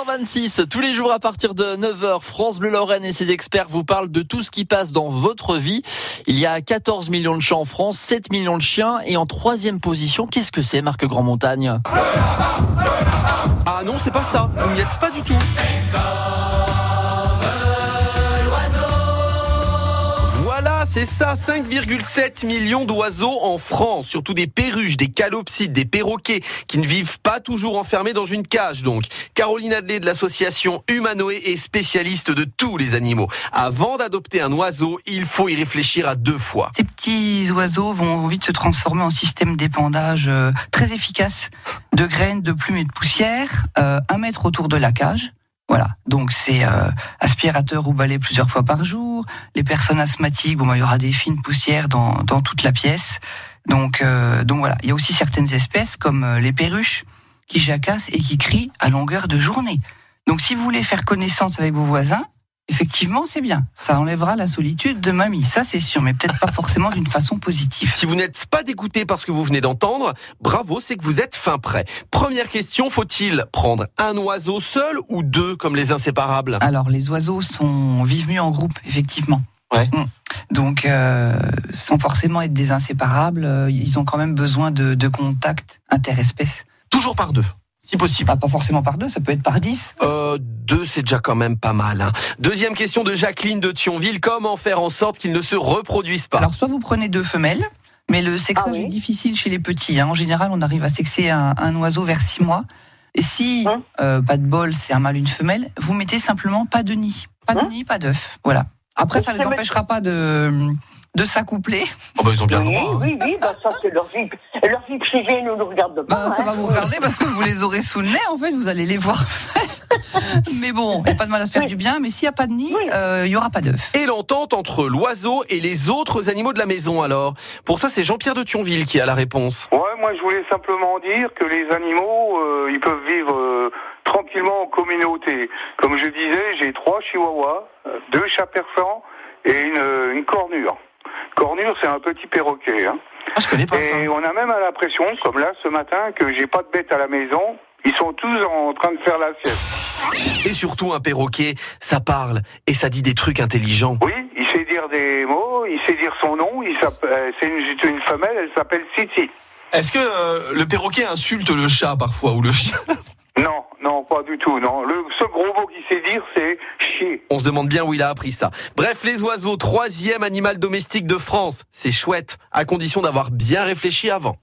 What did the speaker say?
8h26, tous les jours à partir de 9h, France Bleu Lorraine et ses experts vous parlent de tout ce qui passe dans votre vie. Il y a 14 millions de chats en France, 7 millions de chiens et en troisième position, qu'est-ce que c'est, Marc Grandmontagne ? Ah non, c'est pas ça, vous n'y êtes pas du tout. Voilà, c'est ça, 5,7 millions d'oiseaux en France, surtout des perruches, des calopsites, des perroquets, qui ne vivent pas toujours enfermés dans une cage donc. Caroline Adler de l'association Humanoé est spécialiste de tous les animaux. Avant d'adopter un oiseau, il faut y réfléchir à 2 fois. Ces petits oiseaux vont vite se transformer en système d'épandage très efficace, de graines, de plumes et de poussière, 1 mètre autour de la cage. Voilà, donc c'est aspirateur ou balai plusieurs fois par jour. Les personnes asthmatiques, il y aura des fines poussières dans toute la pièce. Donc voilà, il y a aussi certaines espèces comme les perruches qui jacassent et qui crient à longueur de journée. Donc si vous voulez faire connaissance avec vos voisins, effectivement, c'est bien. Ça enlèvera la solitude de mamie, ça c'est sûr, mais peut-être pas forcément d'une façon positive. Si vous n'êtes pas dégoûté par ce que vous venez d'entendre, bravo, c'est que vous êtes fin prêt. Première question, faut-il prendre un oiseau seul ou 2 comme les inséparables ? Alors, les oiseaux vivent mieux en groupe, effectivement. Ouais. Donc, sans forcément être des inséparables, ils ont quand même besoin de contact interespèces. Toujours par 2, si possible. Pas forcément par 2, ça peut être par 10. 2, c'est déjà quand même pas mal. Hein. Deuxième question de Jacqueline de Thionville. Comment faire en sorte qu'ils ne se reproduisent pas ? Alors, soit vous prenez 2 femelles, mais le sexage est difficile chez les petits. En général, on arrive à sexer un oiseau vers 6 mois. Et si, pas de bol, c'est un mâle, une femelle, vous mettez simplement pas de nid. Pas de nid, pas d'œuf. Voilà. Après, ça ne les empêchera pas de s'accoupler. Ils ont bien le droit. Oui, ça c'est leur vie privée, ne nous regarde pas. Ça va vous regarder parce que vous les aurez sous le nez, en fait, vous allez les voir faire. Mais bon, il n'y a pas de mal à se faire du bien, mais s'il n'y a pas de nid, il n'y aura pas d'œuf. Et l'entente entre l'oiseau et les autres animaux de la maison alors ? Pour ça, c'est Jean-Pierre de Thionville qui a la réponse. Ouais, moi je voulais simplement dire que les animaux, ils peuvent vivre tranquillement en communauté. Comme je disais, j'ai 3 chihuahuas, 2 chats persans et une cornure. Cornure, c'est un petit perroquet. Hein. Ah, je connais pas ça. Et on a même l'impression, comme là ce matin, que j'ai pas de bête à la maison. Ils sont tous en train de faire la sieste. Et surtout, un perroquet, ça parle et ça dit des trucs intelligents. Oui, il sait dire des mots, il sait dire son nom. C'est une femelle, elle s'appelle Siti. Est-ce que le perroquet insulte le chat parfois ou le chien ? Non, pas du tout. Non, le seul gros mot qu'il sait dire, c'est chier. On se demande bien où il a appris ça. Bref, les oiseaux, 3e animal domestique de France. C'est chouette, à condition d'avoir bien réfléchi avant.